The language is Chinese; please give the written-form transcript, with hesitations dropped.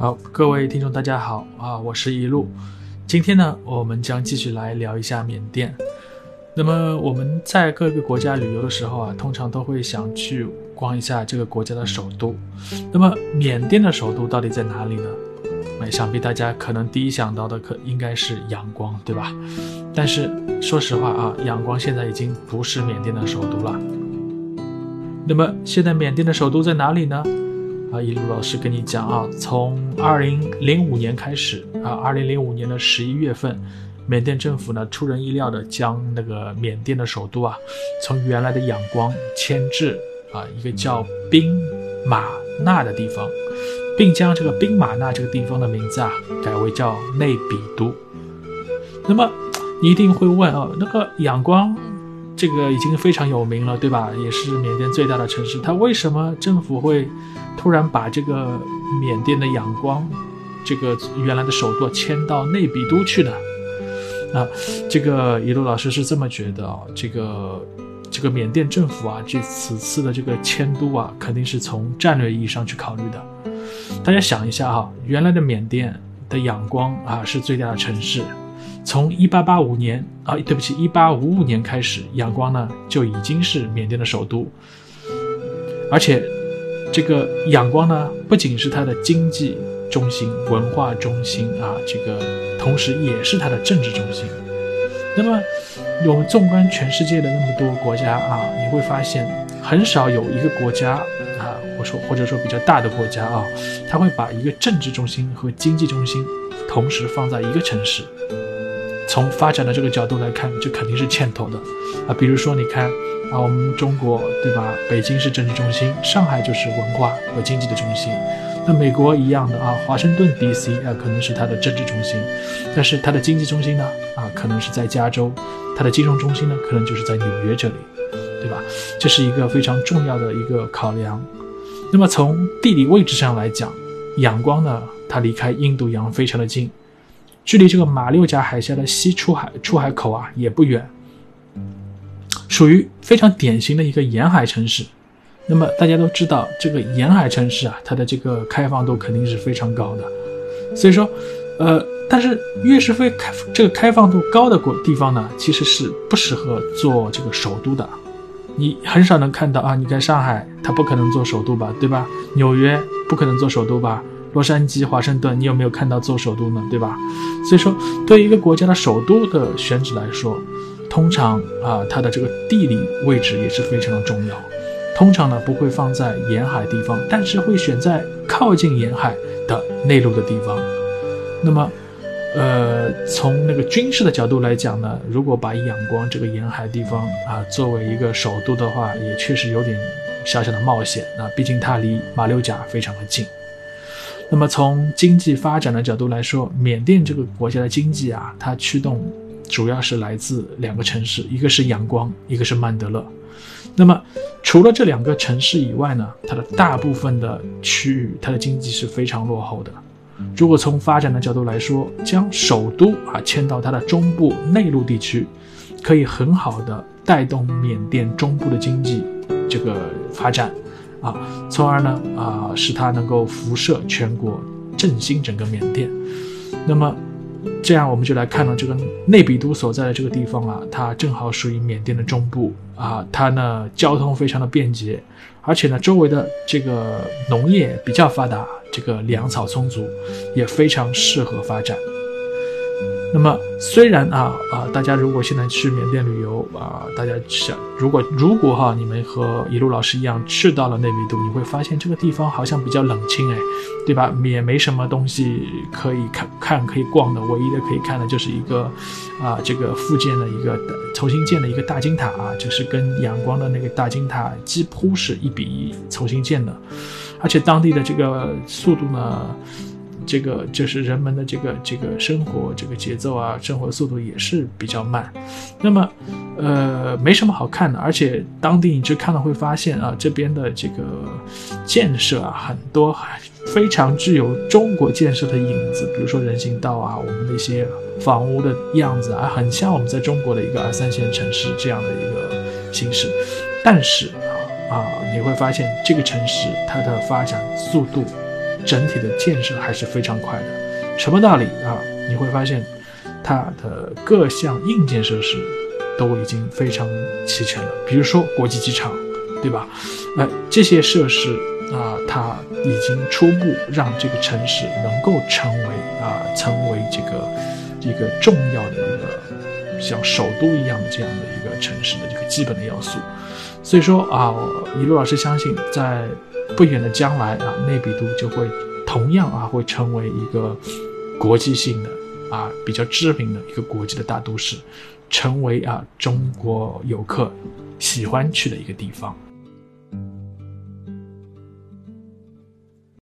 好，各位听众大家好我是一路。今天呢，我们将继续来聊一下缅甸。那么我们在各个国家旅游的时候通常都会想去逛一下这个国家的首都。那么缅甸的首都到底在哪里呢？想必大家可能第一想到的应该是仰光，对吧？但是说实话仰光现在已经不是缅甸的首都了。那么现在缅甸的首都在哪里呢？一路老师跟你讲从2005年开始2005年的11月份，缅甸政府呢出人意料的将那个缅甸的首都从原来的仰光迁至一个叫兵马纳的地方，并将这个兵马纳这个地方的名字改为叫内比都。那么你一定会问那个仰光这个已经非常有名了，对吧？也是缅甸最大的城市，它为什么政府会突然把这个缅甸的仰光这个原来的首都迁到内比都去呢？这个一路老师是这么觉得这个缅甸政府此次的这个迁都肯定是从战略意义上去考虑的。大家想一下原来的缅甸的仰光是最大的城市，从1885年开始，仰光呢就已经是缅甸的首都，而且这个仰光呢不仅是它的经济中心、文化中心这个同时也是它的政治中心。那么我们纵观全世界的那么多国家你会发现很少有一个国家或者说比较大的国家它会把一个政治中心和经济中心同时放在一个城市。从发展的这个角度来看，这肯定是欠妥的比如说你看我们中国，对吧？北京是政治中心，上海就是文化和经济的中心。那美国一样的华盛顿 DC 可能是它的政治中心，但是它的经济中心呢可能是在加州，它的金融中心呢可能就是在纽约这里，对吧？这是一个非常重要的一个考量。那么从地理位置上来讲，仰光呢它离开印度洋非常的近，距离这个马六甲海峡的西出海口也不远，属于非常典型的一个沿海城市。那么大家都知道这个沿海城市它的这个开放度肯定是非常高的，所以说但是越是这个开放度高的地方呢，其实是不适合做这个首都的。你很少能看到你看上海它不可能做首都吧，对吧？纽约不可能做首都吧，洛杉矶、华盛顿你有没有看到做首都呢，对吧？所以说对于一个国家的首都的选址来说，通常它的这个地理位置也是非常的重要。通常呢不会放在沿海地方，但是会选在靠近沿海的内陆的地方。那么从那个军事的角度来讲呢，如果把仰光这个沿海地方作为一个首都的话，也确实有点小小的冒险毕竟它离马六甲非常的近。那么从经济发展的角度来说，缅甸这个国家的经济它驱动主要是来自两个城市，一个是仰光，一个是曼德勒。那么除了这两个城市以外呢，它的大部分的区域它的经济是非常落后的。如果从发展的角度来说，将首都迁到它的中部内陆地区，可以很好的带动缅甸中部的经济这个发展从而呢使它能够辐射全国，振兴整个缅甸。那么这样我们就来看到这个内比都所在的这个地方它正好属于缅甸的中部它呢交通非常的便捷，而且呢周围的这个农业比较发达，这个粮草充足，也非常适合发展。那么虽然大家如果现在去缅甸旅游大家想如果你们和一路老师一样去到了内比都，你会发现这个地方好像比较冷清对吧？也没什么东西可以看可以逛的，唯一的可以看的就是一个这个复建的一个重新建的一个大金塔就是跟仰光的那个大金塔几乎是1比1重新建的。而且当地的这个速度呢，这个就是人们的这个生活这个节奏生活速度也是比较慢。那么没什么好看的，而且当地你去看了会发现这边的这个建设很多非常具有中国建设的影子，比如说人行道我们的一些房屋的样子很像我们在中国的一个2、3线城市这样的一个形式。但是你会发现这个城市它的发展速度整体的建设还是非常快的。什么道理啊？你会发现它的各项硬件设施都已经非常齐全了，比如说国际机场，对吧？这些设施它已经初步让这个城市能够成为这个重要的一个像首都一样的这样的一个城市的这个基本的要素。所以说一路老师相信在不远的将来内比都就会同样会成为一个国际性的比较知名的一个国际的大都市，成为中国游客喜欢去的一个地方。